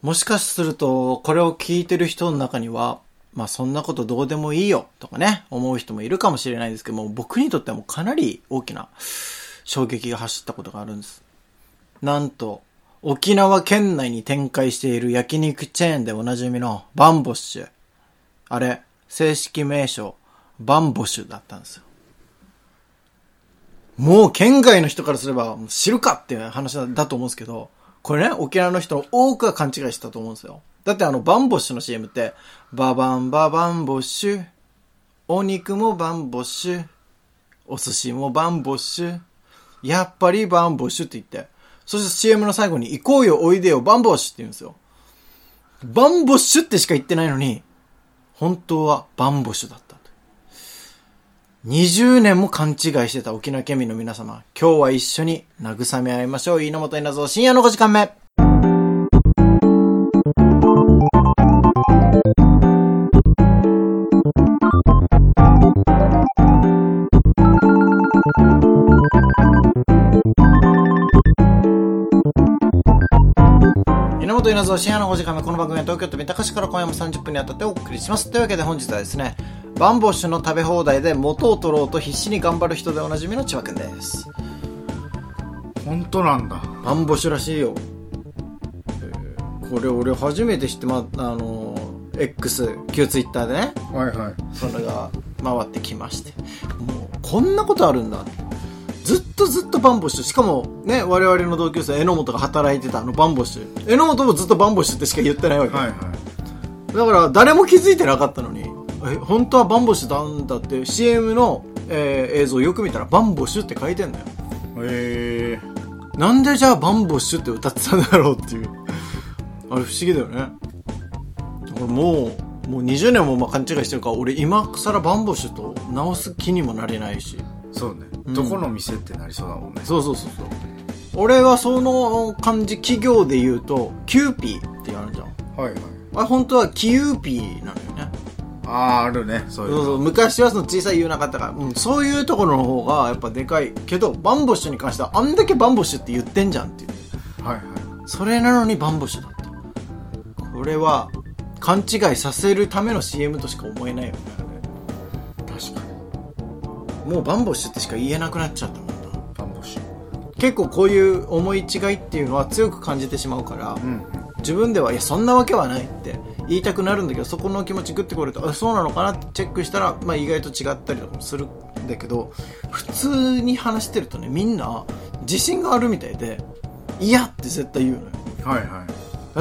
もしかすると、これを聞いてる人の中には、まあそんなことどうでもいいよとかね、思う人もいるかもしれないですけども、僕にとってはもうかなり大きな衝撃が走ったことがあるんです。なんと、沖縄県内に展開している焼肉チェーンでおなじみのバンボッシュ。あれ、正式名称、バンボッシュだったんですよ。もう県外の人からすれば知るかっていう話だと思うんですけど、これね、沖縄の人の多くが勘違いしてたと思うんですよ。だってバンボッシュの CM って、ババンババンボッシュ、お肉もバンボッシュ、お寿司もバンボッシュ、やっぱりバンボッシュって言って、そして CM の最後に行こうよおいでよバンボッシュって言うんですよ。バンボッシュってしか言ってないのに、本当はバンボッシュだった。20年も勘違いしてた沖縄県民の皆様、今日は一緒に慰め合いましょう。稲本稲造深夜の5時間目。稲本稲造深夜の5時間目。この番組は東京都三鷹市から今夜も30分にあたってお送りします。というわけで本日はですね、バンボッシュの食べ放題で元を取ろうと必死に頑張る人でおなじみの千葉くんです。 本当なんだ。 バンボッシュらしいよ。これ俺初めて知ってX 旧ツイッターでね、 はいはい、 それが回ってきまして、もうこんなことあるんだ。ずっとバンボッシュ。しかもね、我々の同級生榎本が働いてたバンボッシュ。榎本もずっとバンボッシュってしか言ってないわけ。 はいはい。 だから誰も気づいてなかったのに、本当はバンボッシュなんだって CM の、映像よく見たらバンボッシュって書いてんだよ。なんでじゃあバンボッシュって歌ってたんだろうっていう。あれ不思議だよね。俺もう20年も勘違いしてるから、俺今更バンボッシュと直す気にもなれないし。 そうね、どこの店ってなりそうだもんね。 そう俺はその漢字企業で言うとキューピーってあるじゃん。 はいはい。 あれ本当はキユーピーなのよね。 あるね、そういうの。 そう昔はその小さい言うなかったから、そういうところの方がやっぱでかいけど、バンボッシュに関してはあんだけバンボッシュって言ってんじゃんっていう。 はいはい。それなのにバンボッシュだった。これは勘違いさせるための CM としか思えないよね。 確かに。 もうバンボッシュってしか言えなくなっちゃったもんな。 バンボッシュ。 結構こういう思い違いっていうのは強く感じてしまうから、自分ではいやそんなわけはないって言いたくなるんだけど、そこの気持ちグッてこれと、そうなのかなってチェックしたら、まあ意外と違ったりとかもするんだけど、普通に話してるとね、みんな自信があるみたいで、いやって絶対言うのよ。 はいはい。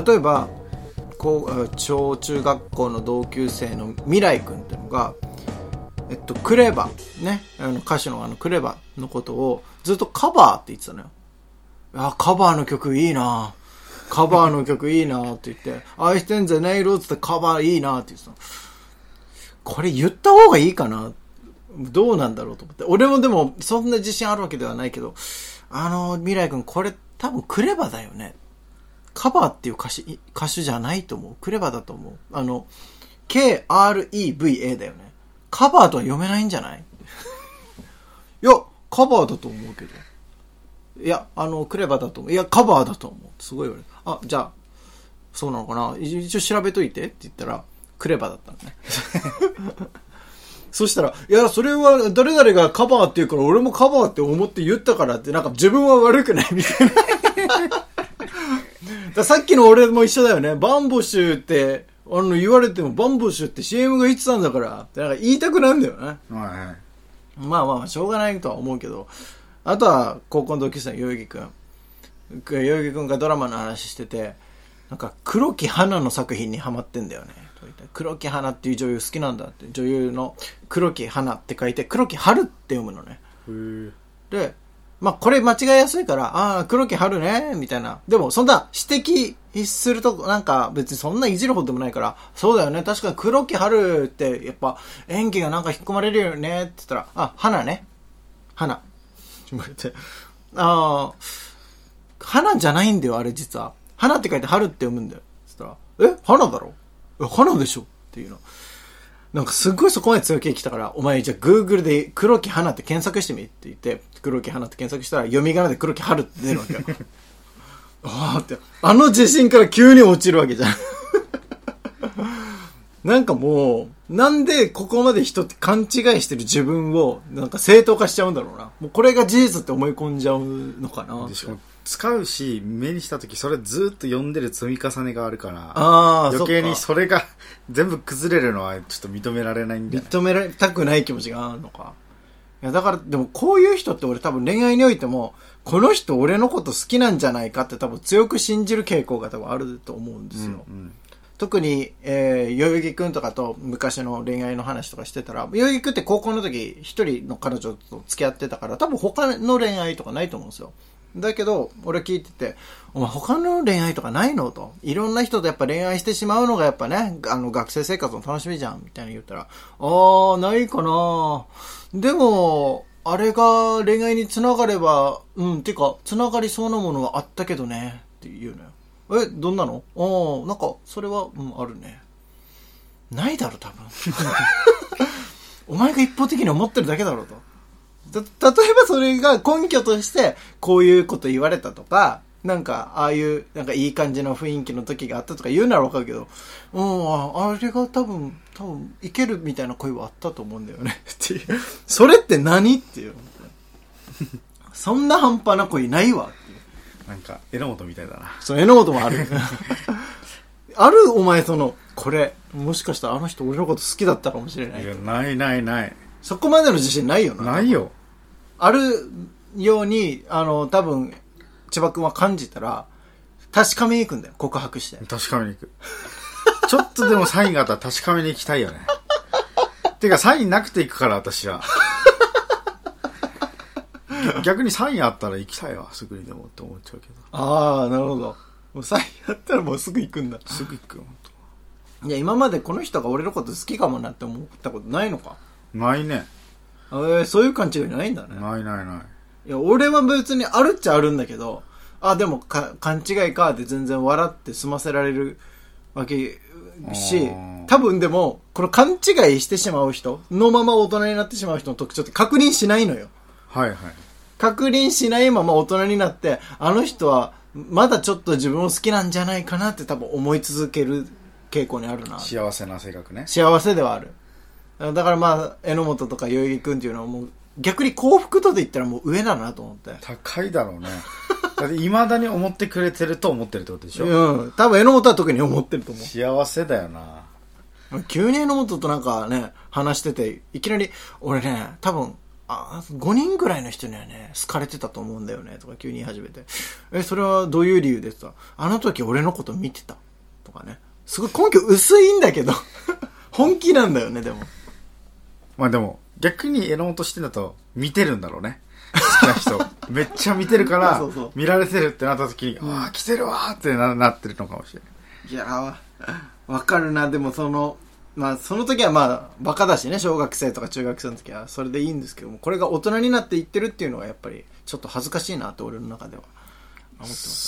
例えば小中学校の同級生の未来くんっていうのが、クレバね、歌手のクレバのことをずっとカバーって言ってたのよ。カバーの曲いいな、カバーの曲いいなって言って愛してんぜねいろって言ってカバーいいなって言ってた。これ言った方がいいかな、どうなんだろうと思って。俺もでもそんな自信あるわけではないけど、未来くんこれ多分クレバだよね、カバーっていう歌手じゃないと思う、クレバだと思う。KREVA だよね。カバーとは読めないんじゃない？いやカバーだと思うけど、いやクレバだと思う、いやカバーだと思う、すごい言われる。じゃあそうなのかな、一応調べといてって言ったらクレバだったのね。そしたら、いやそれは誰々がカバーって言うから俺もカバーって思って言ったからって、なんか自分は悪くないみたいな。ださっきの俺も一緒だよね。バンボッシュって言われてもバンボッシュって CM が言ってたんだからってなんか言いたくなるんだよね。 はいはい。 まあしょうがないとは思うけど、あとは高校の同級生の代々木くんがドラマの話してて、なんか黒木華の作品にハマってんだよね。黒木華っていう女優好きなんだって、女優の黒木華って書いて黒木春って読むのね。でまあこれ間違いやすいから、黒木春ねみたいな。でもそんな指摘するとなんか別にそんないじるほどでもないから、そうだよね、確かに黒木春ってやっぱ演技がなんか引っ込まれるよねって言ったら、花ね、花花じゃないんだよあれ実は。花って書いて春って読むんだよって言ったら、花だろ、花でしょっていうの。なんかすっごいそこまで強気来たから、お前じゃあ Google で黒木花って検索してみって言って、黒木花って検索したら読み仮名で黒木春って出るわけよ。 あーって、あの自信から急に落ちるわけじゃん。なんかもう、なんでここまで人って勘違いしてる自分をなんか正当化しちゃうんだろうな。もうこれが事実って思い込んじゃうのかな。 でしかも使うし、目にした時それずっと読んでる積み重ねがあるから、余計にそれが全部崩れるのはちょっと認められないんだよね。 認められたくない気持ちがあるのか。いやだから、でもこういう人って俺多分恋愛においても、この人俺のこと好きなんじゃないかって多分強く信じる傾向が多分あると思うんですよ。 うんうん、 特に、代々木くんとかと昔の恋愛の話とかしてたら、代々木くんって高校の時一人の彼女と付き合ってたから多分他の恋愛とかないと思うんですよ。だけど、俺聞いてて、お前他の恋愛とかないのと。いろんな人とやっぱ恋愛してしまうのがやっぱね、学生生活の楽しみじゃんみたいに言ったら、ないかなでも、あれが恋愛に繋がれば、てか、繋がりそうなものはあったけどね、って言うのよ。どんなの？なんか、それは、あるね。ないだろ、多分。お前が一方的に思ってるだけだろうと。例えばそれが根拠として、こういうこと言われたとか、なんか、ああいう、なんかいい感じの雰囲気の時があったとか言うならわかるけど、あれが多分、いけるみたいな声はあったと思うんだよね。っていう。それって何っていう。そんな半端な声ないわっていう。 なんか、榎本みたいだな。 そう、榎本もある。あるお前これ、もしかしたらあの人俺のこと好きだったかもしれない。 いや、ない。 そこまでの自信ないよな。 ないよ。 あるように、多分、千葉くんは感じたら、確かめに行くんだよ。告白して。 確かめに行く。ちょっとでもサインがあったら確かめに行きたいよね。てか、サインなくて行くから、私は。逆にサインあったら行きたいわ、すぐにでもって思っちゃうけど。 なるほど。もうサインあったらもうすぐ行くんだ。 すぐ行くよ、 ほんと。いや、今までこの人が俺のこと好きかもなって思ったことないのか？ ないね。 そういう勘違いないんだね。 ない。 いや、俺は別にあるっちゃあるんだけど、でも勘違いかって全然笑って済ませられるわけし、多分でも、この勘違いしてしまう人のまま大人になってしまう人の特徴って確認しないのよ。 はい。 確認しないまま大人になって、あの人はまだちょっと自分を好きなんじゃないかなって多分思い続ける傾向にあるな。 幸せな性格ね。 幸せではある。だから榎本とか代々木くんっていうのはもう逆に幸福度で言ったらもう上だなと思って。 高いだろうね。だって未だに思ってくれてると思ってるってことでしょ？ 多分榎本は特に思ってると思う。 幸せだよな。 急に榎本となんかね、話してて、いきなり、俺ね、多分、5人ぐらいの人にはね、好かれてたと思うんだよね、とか急に言い始めて。それはどういう理由でさ、あの時俺のこと見てた。とかね。すごい根拠薄いんだけど、本気なんだよね、でも。 でも、逆に榎本してんだと、見てるんだろうね。好きな人。めっちゃ見てるから、そう見られてるってなった時に、来てるわーってなってるのかもしれない。 いやわかるな。でもその時はバカだしね、小学生とか中学生の時は、それでいいんですけども、これが大人になっていってるっていうのがやっぱり、ちょっと恥ずかしいなって俺の中では思ってます。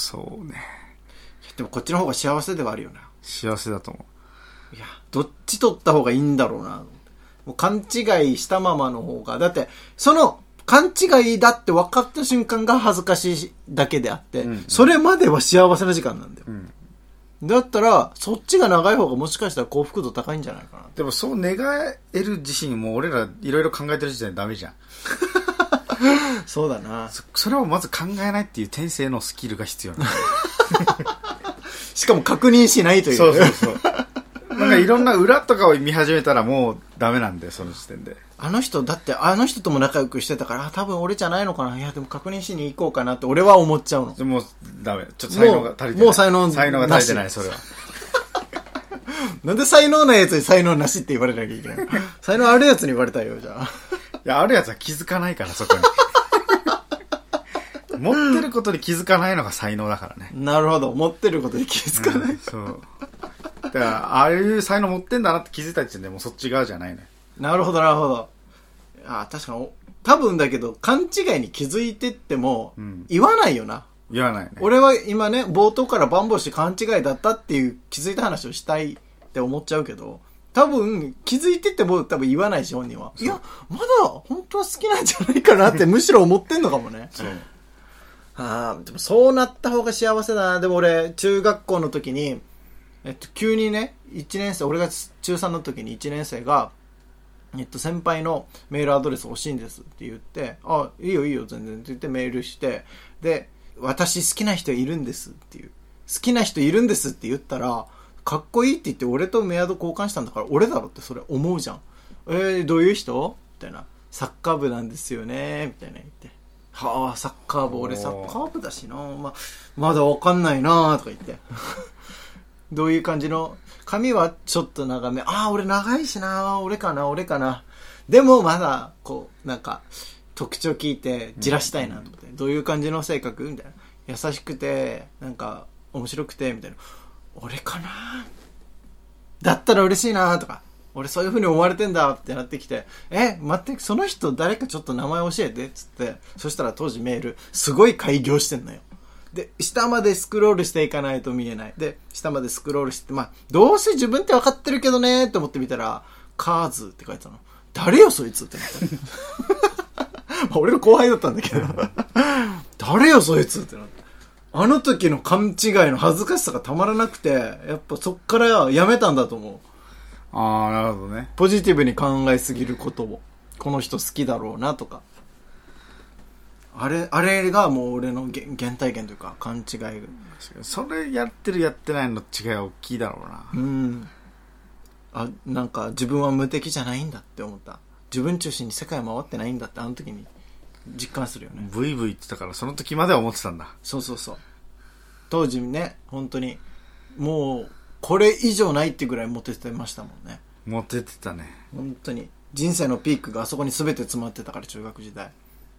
そうね。 でもこっちの方が幸せではあるよな。 幸せだと思う。いや、どっち取った方がいいんだろうな。もう勘違いしたままの方が、だって、その、勘違いだって分かった瞬間が恥ずかしいだけであって、それまでは幸せな時間なんだよ。だったら、そっちが長い方がもしかしたら幸福度高いんじゃないかな。 でもそう願える自身も俺らいろいろ考えてる時点でダメじゃん。 そうだな。 それをまず考えないっていう天性のスキルが必要なんだよ。 しかも確認しないという。 そう。なんかいろんな裏とかを見始めたらもうダメなんだよ、その時点で。 あの人とも仲良くしてたから、多分俺じゃないのかな。いや、でも確認しに行こうかなって俺は思っちゃうの。 でもダメ。ちょっと才能が足りてない。 もう才能が足りてない、それは。 なんで才能ないやつに才能なしって言われなきゃいけない。才能あるやつに言われたいよ、じゃあ。 いや、あるやつは気づかないから、そこに。持ってることに気づかないのが才能だからね。 なるほど。持ってることに気づかない。 そう。だから、ああいう才能持ってんだなって気づいた時点でもうそっち側じゃないね。 なるほど。確かに、多分だけど、勘違いに気づいてっても、言わないよな。 言わないね。 俺は今ね、冒頭からバンボして勘違いだったっていう気づいた話をしたいって思っちゃうけど、多分、気づいてっても多分言わないし、本人は。いや、まだ本当は好きなんじゃないかなってむしろ思ってんのかもね。 そう。 でもそうなった方が幸せだな。でも俺、中学校の時に、急にね、1年生、俺が中3の時に1年生が、先輩のメールアドレス欲しいんですって言って、いいよいいよ全然って言ってメールして、で、私好きな人いるんですっていう。好きな人いるんですって言ったら、かっこいいって言って俺とメアド交換したんだから俺だろってそれ思うじゃん。どういう人みたいな。サッカー部なんですよねみたいな言って。サッカー部、俺サッカー部だしな、まだわかんないなとか言って。どういう感じの、髪はちょっと長め。俺長いしな俺かな。でもまだ、こう、なんか、特徴聞いて、じらしたいなと思って。どういう感じの性格みたいな。優しくて、なんか、面白くて、みたいな。俺かなだったら嬉しいなとか。俺そういう風に思われてんだってなってきて、待って、その人誰かちょっと名前教えてっつって、そしたら当時メール、すごい開業してんのよ。で、下までスクロールしていかないと見えない。で、下までスクロールして、どうせ自分って分かってるけどねって思ってみたら、カーズって書いてたの。誰よそいつってなった。俺の後輩だったんだけど、誰よそいつってなった。あの時の勘違いの恥ずかしさがたまらなくて、やっぱそっからやめたんだと思う。 なるほどね。 ポジティブに考えすぎることを。この人好きだろうなとか。あれがもう俺の原体験というか勘違い。 それやってるやってないの違いは大きいだろうな。なんか自分は無敵じゃないんだって思った。自分中心に世界回ってないんだってあの時に実感するよね。 ブイブイ言ってたからその時までは思ってたんだ。 そう。当時ね、本当にもうこれ以上ないってぐらいモテてましたもんね。 モテてたね。 本当に人生のピークがあそこに全て詰まってたから、中学時代。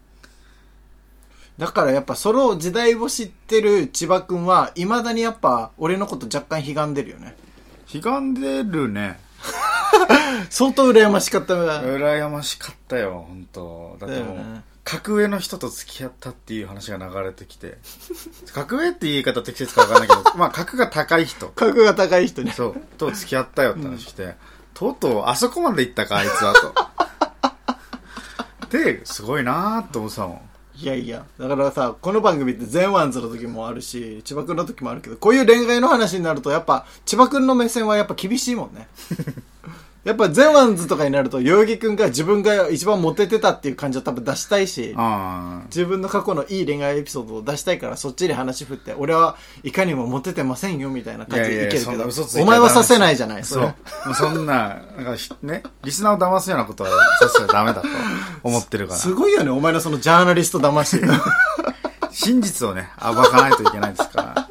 だからやっぱその時代を知ってる千葉くんは未だにやっぱ俺のこと若干悲んでるよね。 悲んでるね。 相当羨ましかった。 羨ましかったよ本当。だってもう、格上の人と付き合ったっていう話が流れてきて、格上っていう言い方適切か分かんないけど格が高い人ね、そうと付き合ったよって話して、とうとうあそこまで行ったかあいつはとですごいなーと思ってたもん。 いやだからさ、この番組って全ワンズの時もあるし千葉くんの時もあるけど、こういう恋愛の話になるとやっぱ千葉くんの目線はやっぱ厳しいもんね。やっぱゼワンズとかになると代々木くんが自分が一番モテてたっていう感じを多分出したいし、自分の過去のいい恋愛エピソードを出したいからそっちに話振って、俺はいかにもモテてませんよみたいな感じでいけるけど、お前はさせないじゃない。 そんなね、リスナーを騙すようなことはさせちゃダメだと思ってるから。 すごいよね、お前のそのジャーナリスト騙し真実をね暴かないといけないですから。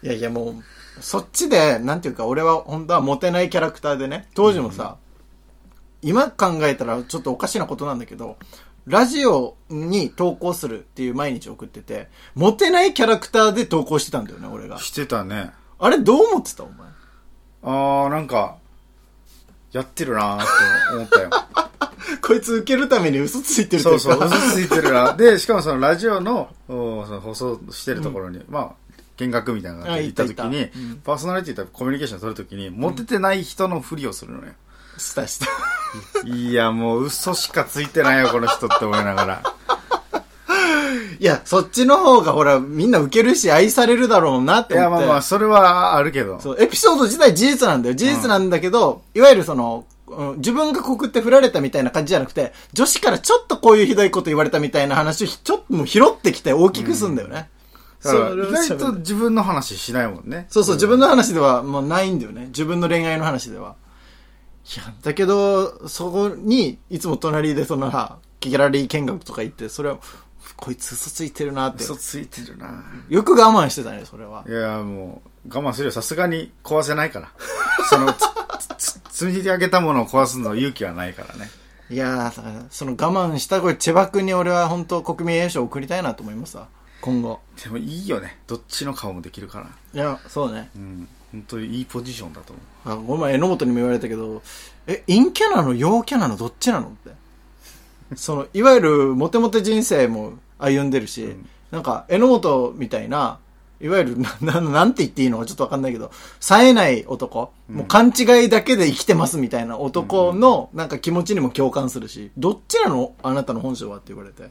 いやもうそっちで、なんていうか、俺は本当はモテないキャラクターでね、当時もさ、今考えたらちょっとおかしなことなんだけど、ラジオに投稿するっていう毎日送ってて、モテないキャラクターで投稿してたんだよね、俺が。 してたね。 あれどう思ってたお前。 なんか、やってるなーって思ったよ。 こいつ受けるために嘘ついてるというか。 そう、嘘ついてるな。で、しかもそのラジオの、その放送してるところに、見学みたいなのが行った時に、パーソナリティとコミュニケーション取る時に、モテてない人のふりをするのよ。 した。 いや、もう嘘しかついてないよ、この人って思いながら。 いや、そっちの方がほら、みんな受けるし愛されるだろうなって思って。 いや、それはあるけど。 そう、エピソード自体事実なんだよ。事実なんだけど、いわゆるその、自分が告って振られたみたいな感じじゃなくて、女子からちょっとこういうひどいこと言われたみたいな話をちょっともう拾ってきて大きくすんだよね。 意外と自分の話しないもんね。 そう、自分の話ではもうないんだよね。自分の恋愛の話では。いや、だけど、そこに、いつも隣でその、ギャラリー見学とか行って、それは、こいつ嘘ついてるなって。 嘘ついてるな。 よく我慢してたね、それは。 いや、もう、我慢するよ。さすがに壊せないから。その、積み上げたものを壊すの勇気はないからね。 いやー、その我慢したこれ、千葉君に俺は本当国民栄誉賞を送りたいなと思いますわ。今後。 でもいいよね。どっちの顔もできるから。 いや、そうね。 本当にいいポジションだと思う。 この前榎本にも言われたけど、陰キャなの陽キャなのどっちなのって。その、いわゆるモテモテ人生も歩んでるし、なんか榎本みたいな、いわゆるなんて言っていいのかちょっとわかんないけど、冴えない男、もう勘違いだけで生きてますみたいな男のなんか気持ちにも共感するし、どっちなのあなたの本性はって言われて、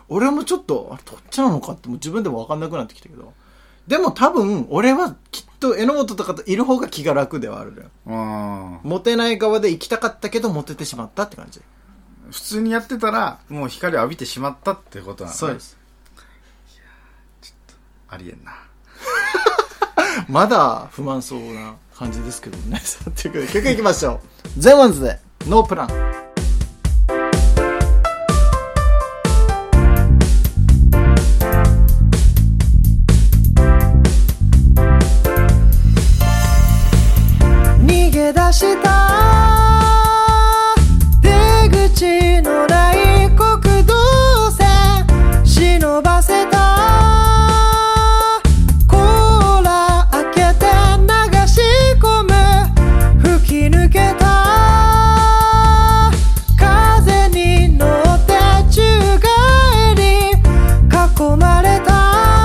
俺もちょっと、あれどっちなのかってもう自分でも分かんなくなってきたけど。でも多分、俺はきっと榎本とかといる方が気が楽ではあるのよ。モテない側で行きたかったけど、モテてしまったって感じ。 普通にやってたら、もう光を浴びてしまったってことなのね。 そうです。 いやちょっと、ありえんな。 まだ不満そうな感じですけどね。さあ、ということで曲いきましょう。ゼワンズで、ノープラン。 逃げ出した出口のない国道線忍ばせたコーラ開けて流し込む吹き抜けた風に乗って宙返り囲まれた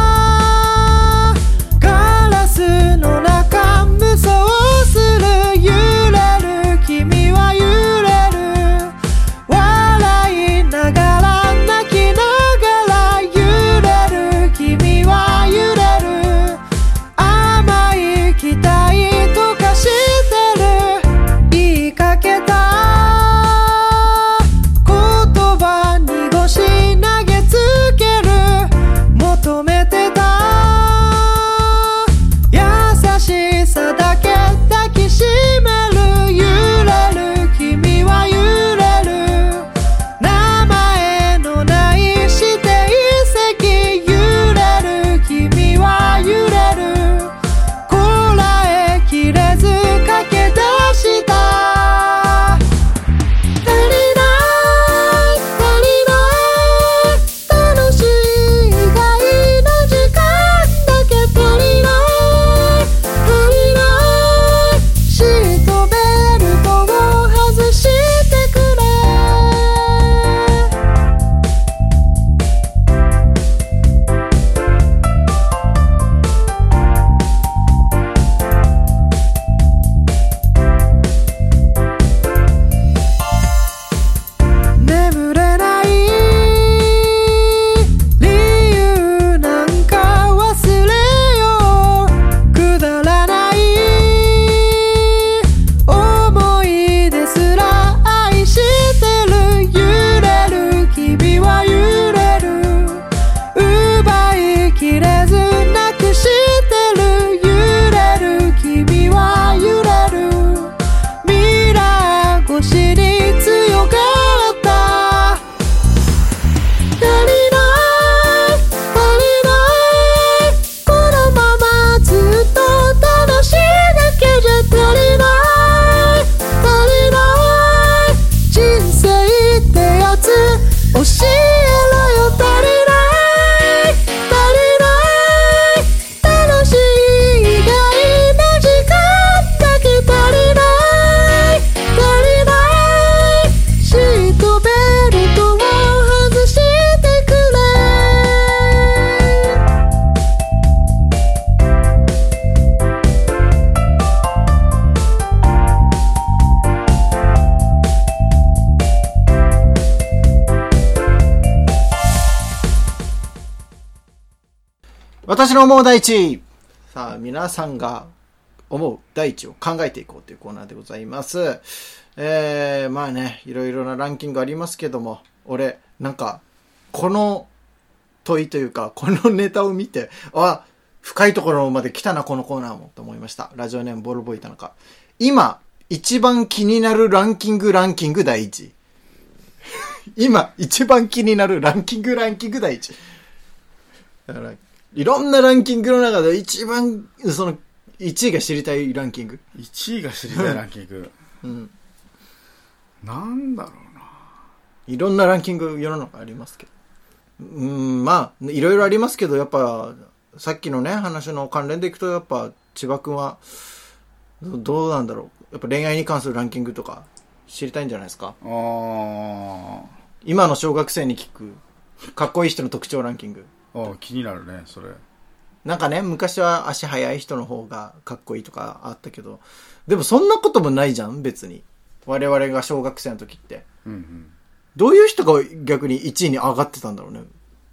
ガラスの中無双する揺れる君は揺れる笑いながら泣きながら揺れる君は揺れる甘い期待とかしてる言いかけた言葉濁し投げつける求めてた優しさだけ抱きしめる揺れる君は揺れる名前のない指定席揺れる君は揺れるこらえきれず駆け出した足りない足りない楽しい以外の時間だけ足りない足りないシートベルトを外してくれ眠れない理由なんか忘れようくだらない思い出すら愛してる揺れる君は揺れる奪いきれずなくしてる揺れる君は揺れるミラー越しに強がった足りない足りないこのままずっと楽しいだけじゃ足りない足りない人生ってやつ教えろよ足りない足りない楽しい以外の時間だけ足りない足りないシートベルトを外してくれ私の思う第一。さあ、皆さんが思う第一を考えていこうというコーナーでございます。まあね、いろいろなランキングありますけども、俺、なんか、この問いというか、このネタを見て、あ、深いところまで来たな、このコーナーも、と思いました。ラジオネームボルボイタナカ。今、一番気になるランキング第一。今、一番気になるランキング第一。だから、いろんなランキングの中で一番、その、1位が知りたいランキング。 1位が知りたいランキング。 うん。 なんだろうな。 いろんなランキング世の中ありますけど。まあ、いろいろありますけど、やっぱ、さっきのね、話の関連でいくと、やっぱ、千葉くんは、どうなんだろう。やっぱ恋愛に関するランキングとか、知りたいんじゃないですか。今の小学生に聞く、かっこいい人の特徴ランキング。 気になるね、それ。 なんかね、昔は足速い人の方がかっこいいとかあったけど、でもそんなこともないじゃん、別に。我々が小学生の時って。うんうん、どういう人が逆に1位に上がってたんだろうね。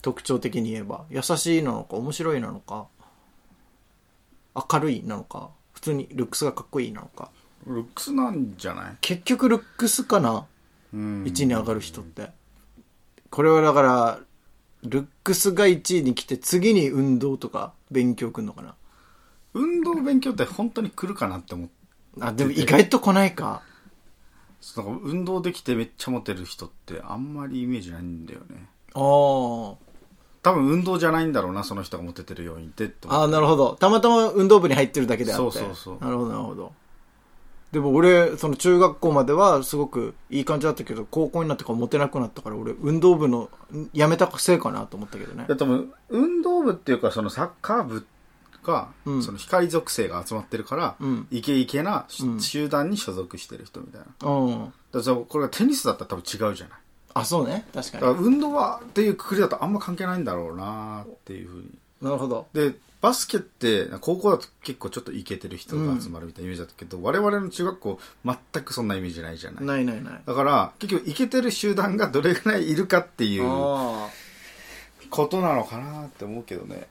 特徴的に言えば。優しいなのか、面白いなのか、明るいなのか、普通にルックスがかっこいいなのか。 ルックスなんじゃない？ 結局ルックスかな、1位に上がる人って。これはだから、ルックスが1位に来て、次に運動とか勉強来るのかな。 運動勉強って本当に来るかなって思って。 あ、でも意外と来ないか。 なんか運動できてめっちゃモテる人ってあんまりイメージないんだよね。 ああ。 多分運動じゃないんだろうな、その人がモテてる要因ってって思って。 ああ、なるほど。たまたま運動部に入ってるだけであって。 そうそうそう。 なるほど、なるほど。でも俺、その中学校まではすごくいい感じだったけど、高校になってからモテなくなったから、俺、運動部の、やめたせいかなと思ったけどね。 いや、多分、運動部っていうか、そのサッカー部が、その光属性が集まってるから、イケイケな集団に所属してる人みたいな。だからこれがテニスだったら多分違うじゃない。 あ、そうね。確かに。 だから運動はっていうくくりだとあんま関係ないんだろうなっていうふうに。 なるほど。 で、バスケって高校だと結構ちょっとイケてる人が集まるみたいなイメージだったけど、我々の中学校全くそんなイメージないじゃない。 ないないない。 だから結局イケてる集団がどれぐらいいるかっていうことなのかなって思うけどね。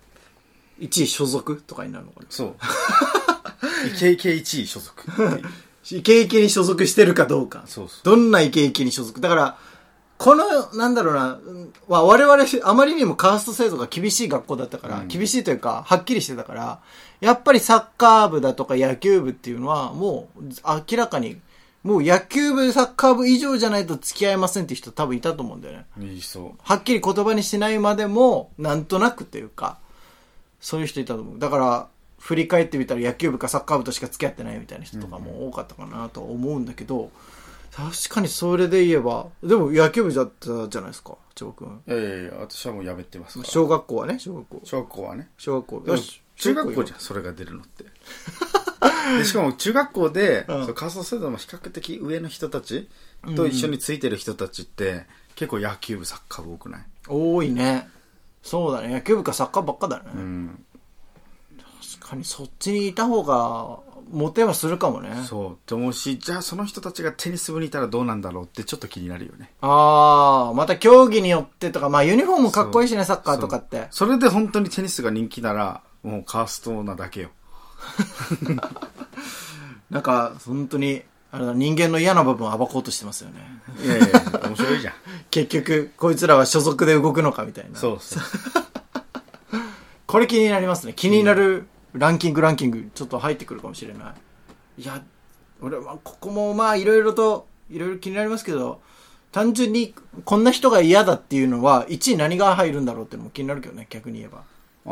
1位所属とかになるのかな。 そう。イケイケ1位所属っていう。 イケイケに所属してるかどうか。 そうそう。 どんなイケイケに所属。だから、この、なんだろうな、我々、あまりにもカースト制度が厳しい学校だったから、厳しいというか、はっきりしてたから、やっぱりサッカー部だとか野球部っていうのは、もう明らかに、もう野球部、サッカー部以上じゃないと付き合えませんっていう人多分いたと思うんだよね。 いいそう。 はっきり言葉にしないまでも、なんとなくっていうか、そういう人いたと思う。だから、振り返ってみたら野球部かサッカー部としか付き合ってないみたいな人とかも多かったかなと思うんだけど、確かにそれで言えば、でも野球部だったじゃないですか、千葉君。 いや、私はもうやめてますから。 小学校はね、小学校。 小学校はね。 小学校。 よし、中学校じゃん、それが出るのって。でしかも中学校で、カースト制度も比較的上の人たちと一緒についてる人たちって、結構野球部、サッカー部多くない？ 多いね。そうだね、野球部かサッカーばっかだね。確かにそっちにいた方が、モテはするかもね。 そう。と思うし、じゃあその人たちがテニス部にいたらどうなんだろうってちょっと気になるよね。 ああ、また競技によってとか、まあユニフォームかっこいいしね、サッカーとかって。 それで本当にテニスが人気なら、もうカーストなだけよ。 なんか、本当に、人間の嫌な部分を暴こうとしてますよね。 いやいや、面白いじゃん。 結局、こいつらは所属で動くのかみたいな。 そうそう。 これ気になりますね。気になるランキング、ちょっと入ってくるかもしれない。いや、俺はここもまあいろいろ気になりますけど、単純にこんな人が嫌だっていうのは、1位何が入るんだろうっていうのも気になるけどね、逆に言えば。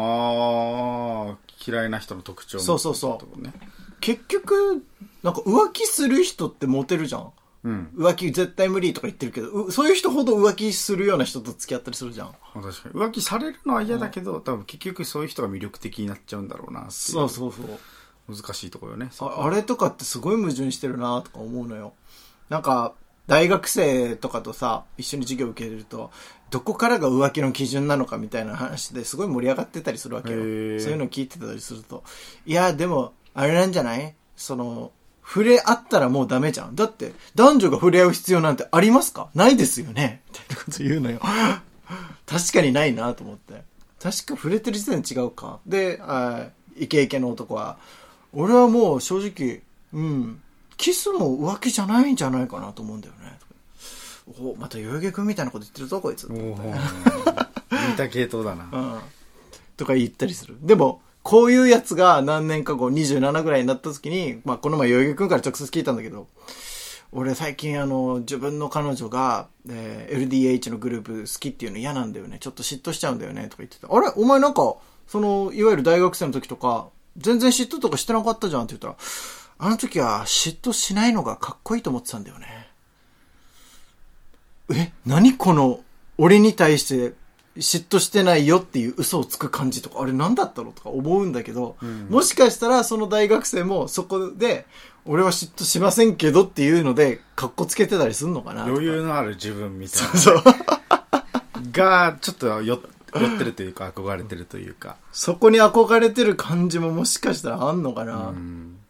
嫌いな人の特徴も。 そうそうそう。結局、なんか浮気する人ってモテるじゃん。浮気絶対無理とか言ってるけど、そういう人ほど浮気するような人と付き合ったりするじゃん。 確かに。浮気されるのは嫌だけど、多分結局そういう人が魅力的になっちゃうんだろうなっていう。 そうそうそう。 難しいところよね。 あれとかってすごい矛盾してるなとか思うのよ。なんか、大学生とかとさ、一緒に授業受けると、どこからが浮気の基準なのかみたいな話ですごい盛り上がってたりするわけよ。そういうのを聞いてたりすると。いや、でも、あれなんじゃない？触れ合ったらもうダメじゃん。だって、男女が触れ合う必要なんてありますか？ないですよね。みたいなこと言うのよ。確かにないなと思って。確か触れてる時点で違うか。で、イケイケの男は、俺はもう正直、キスも浮気じゃないんじゃないかなと思うんだよね。また代々木君みたいなこと言ってるぞ、こいつ。似た系統だな。 とか言ったりする。でも、こういうやつが何年か後、27ぐらいになった時に、まあ、この前代々木君から直接聞いたんだけど、俺最近自分の彼女が、LDH のグループ好きっていうの嫌なんだよね。ちょっと嫉妬しちゃうんだよね。とか言ってた。あれお前なんか、いわゆる大学生の時とか、全然嫉妬とかしてなかったじゃんって言ったら、あの時は嫉妬しないのがかっこいいと思ってたんだよね。何この、俺に対して嫉妬してないよっていう嘘をつく感じとか、あれ何だったのとか思うんだけど、もしかしたらその大学生もそこで、俺は嫉妬しませんけどっていうので、カッコつけてたりするのかな。 余裕のある自分みたいな。 そう。 が、ちょっと寄ってるというか、憧れてるというか。 そこに憧れてる感じももしかしたらあんのかな。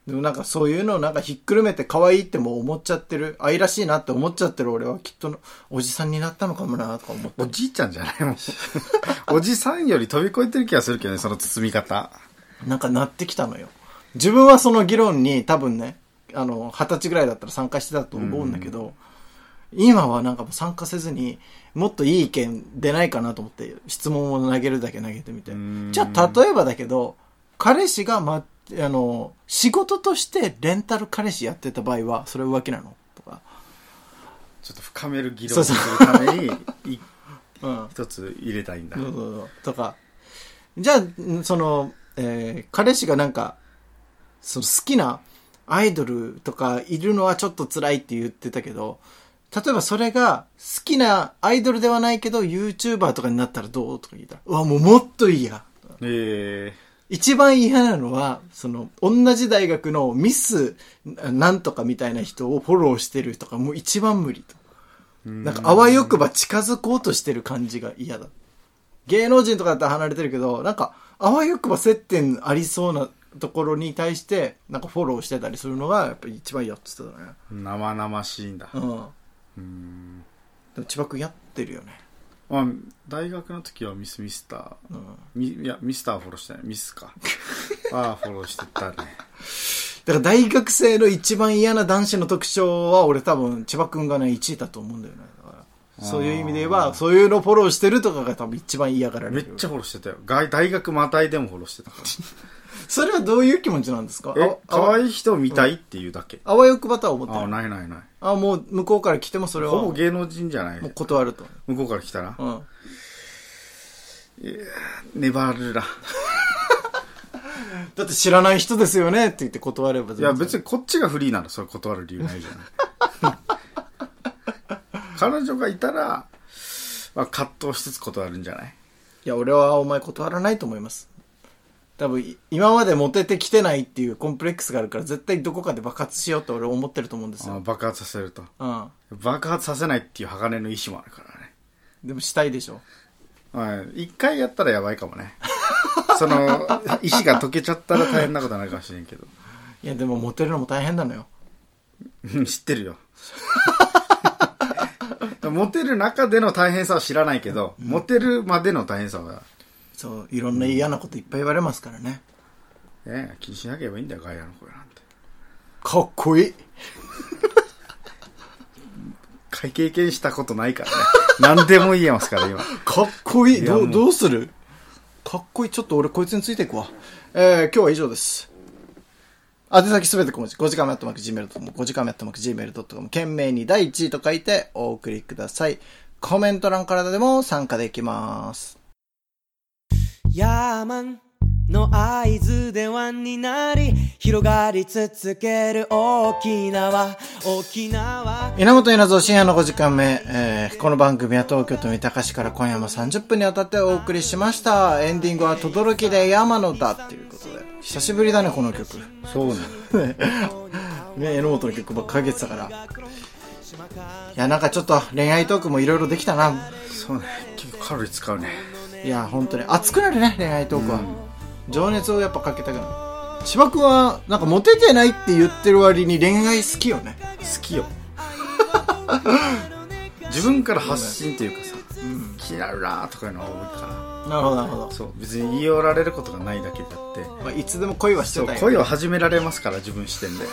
でもなんかそういうのをなんかひっくるめて可愛いってもう思っちゃってる、愛らしいなって思っちゃってる俺はきっとおじさんになったのかもなとか思って。 おじいちゃんじゃないもん。おじさんより飛び越えてる気がするけどね、その包み方。 なんかなってきたのよ。自分はその議論に多分ね、20歳ぐらいだったら参加してたと思うんだけど、今はなんかもう参加せずに、もっといい意見出ないかなと思って、質問を投げるだけ投げてみて。じゃあ例えばだけど、彼氏が仕事としてレンタル彼氏やってた場合は、それ浮気なのとか。 ちょっと深める議論するために、一つ入れたいんだ。 とか。じゃあ、彼氏がなんか、好きなアイドルとかいるのはちょっと辛いって言ってたけど、例えばそれが好きなアイドルではないけど YouTuber とかになったらどうとか言ったら、うわ、もっといいや。一番嫌なのは、同じ大学のミスなんとかみたいな人をフォローしてるとか、もう一番無理と。なんかあわよくば近づこうとしてる感じが嫌だ。芸能人とかだったら離れてるけど、なんかあわよくば接点ありそうなところに対して、なんかフォローしてたりするのが、やっぱり一番嫌って言ってたね。 生々しいんだ。 でも千葉くんやってるよね。 まあ、大学の時はミスター、いや、ミスターフォローしてない。ミスか。フォローしてたね。 だから大学生の一番嫌な男子の特徴は、俺多分、千葉くんがね、1位だと思うんだよね。だからそういう意味で言えば、そういうのフォローしてるとかが多分一番嫌がられる。 めっちゃフォローしてたよ。大学またいでもフォローしてたから。 それはどういう気持ちなんですか？ 可愛い人を見たいっていうだけ。 あわよくばとは思ってない。 ない。 もう向こうから来てもそれは。 ほぼ芸能人じゃない。 もう断ると。 向こうから来たら粘るな。 だって知らない人ですよねって言って断れば。 いや別にこっちがフリーならそれ断る理由ないじゃない。彼女がいたら、まあ、葛藤しつつ断るんじゃない？ いや、俺はお前断らないと思います。多分、今までモテてきてないっていうコンプレックスがあるから、絶対どこかで爆発しようと俺思ってると思うんですよ。 爆発させると。爆発させないっていう鋼の意志もあるからね。 でもしたいでしょ。 一回やったらやばいかもね。その、意志が溶けちゃったら大変なことになるかもしれんけど。 いや、でもモテるのも大変なのよ。 知ってるよ。モテる中での大変さは知らないけど、モテるまでの大変さは。 そう、いろんな嫌なこといっぱい言われますからね。 気にしなければいいんだよ、ガイアの声なんて。 かっこいい。 経験したことないからね。何でも言えますから、今。 かっこいい。どうする？かっこいい。ちょっと俺こいつについていくわ。今日は以上です。宛先すべて小文字。5時間目@gmail.com。5時間目@gmail.com。懸命に第1位と書いてお送りください。コメント欄からでも参加できます。 ヤーマンの合図で湾になり広がり続ける沖縄。 稲本稲造深夜の5時間目、この番組は東京都三鷹市から今夜も30分にわたってお送りしました。エンディングは轟で山野だっていうことで、久しぶりだねこの曲。 そうね。 ね、榎本の曲ばっかりげてたから。いや、なんかちょっと恋愛トークもいろいろできたな。 そうね、結構カロリー使うね。 いや、本当に熱くなるね、恋愛トークは。情熱をやっぱかけたくなる。千葉くんはなんかモテてないって言ってる割に恋愛好きよね。 好きよ。自分から発信っていうかさ、気になるなとかいうのは多いから。 なるほどなるほど。 そう、別に言い寄られることがないだけであって、 まあ、いつでも恋はしてたよ、ね。 恋は始められますから、自分視点で。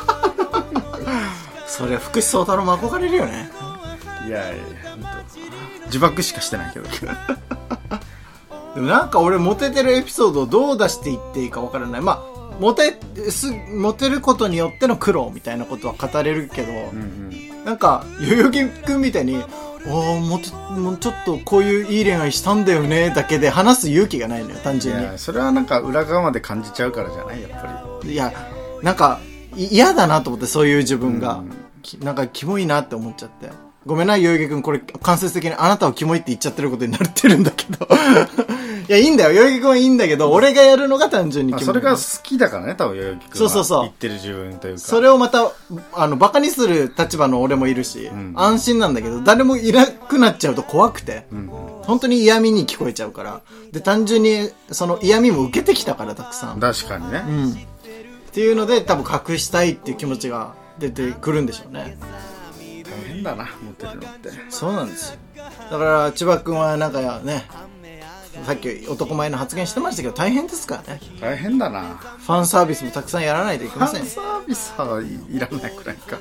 それは福士蒼太郎も憧れるよね。 いや本当自爆しかしてないけど。 でもなんか俺モテてるエピソードをどう出していっていいか分からない。まあモテることによっての苦労みたいなことは語れるけど、なんか代々木くんみたいにもうちょっとこういういい恋愛したんだよねだけで話す勇気がないのよ、単純に。いや、 それはなんか裏側まで感じちゃうからじゃない、やっぱり。いや、なんか嫌だなと思って、そういう自分が、なんかキモいなって思っちゃって。ごめんな、代々木くん、これ間接的にあなたをキモいって言っちゃってることになってるんだけど。いや、いいんだよ、代々木くんはいいんだけど、俺がやるのが単純にキモい。 それが好きだからね、多分代々木くんは。そう言ってる自分というか。 それをまた、バカにする立場の俺もいるし、安心なんだけど、誰もいなくなっちゃうと怖くて、本当に嫌味に聞こえちゃうから。で、単純に、その嫌味も受けてきたから、たくさん。 確かにね。 っていうので多分隠したいっていう気持ちが出てくるんでしょうね。 大変だな持ってるのって。 そうなんですよ。だから千葉君はなんかね、さっき男前の発言してましたけど大変ですからね。 大変だな。 ファンサービスもたくさんやらないといけません。 ファンサービスはいらないくらいか。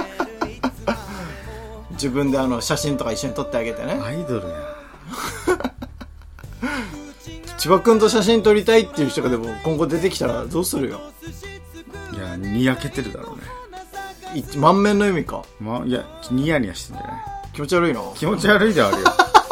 自分で写真とか一緒に撮ってあげてね。 アイドルや。 千葉君と写真撮りたいっていう人がでも今後出てきたらどうするよ。 いや、にやけてるだろうね。 満面の意味か。 いや、ニヤニヤしてんじゃない。 気持ち悪いな。 気持ち悪いである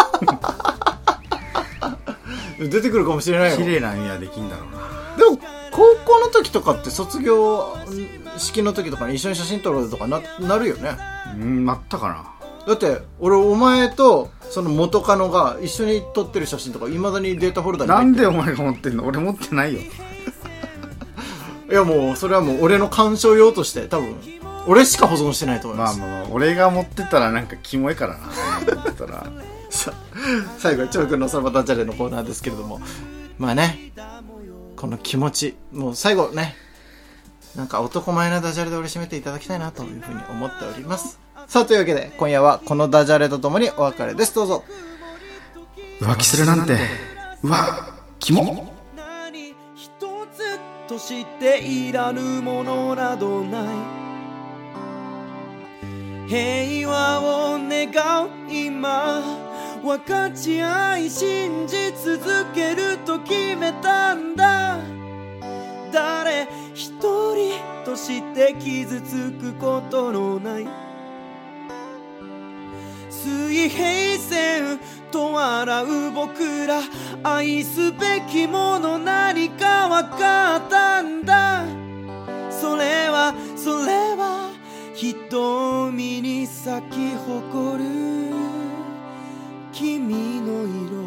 よ。出てくるかもしれないよ。 綺麗なニヤできんだろうな。 でも高校の時とかって卒業式の時とかに一緒に写真撮ろうとか なるよね。 なったかな。 だって俺お前とその元カノが一緒に撮ってる写真とかいまだにデータフォルダに入ってる。 なんでお前が持ってんの。俺持ってないよ。 いやもうそれはもう俺の鑑賞用として多分俺しか保存してないと思います。 まあ俺が持ってたらなんかキモいからな。持ってたら最後は長君のそのダジャレのコーナーですけれども、まあね、この気持ちもう最後ね、なんか男前なダジャレで俺締めていただきたいなというふうに思っております。さあというわけで今夜はこのダジャレとともにお別れです。どうぞ。 浮気するなんてうわキモ。 何一つとしていらぬものなどない。平和を願う今分かち合い信じ続けると決めたんだ。誰一人として傷つくことのない水平線と笑う僕ら、愛すべきもの何か分かったんだ。それは瞳に咲き誇る君の色。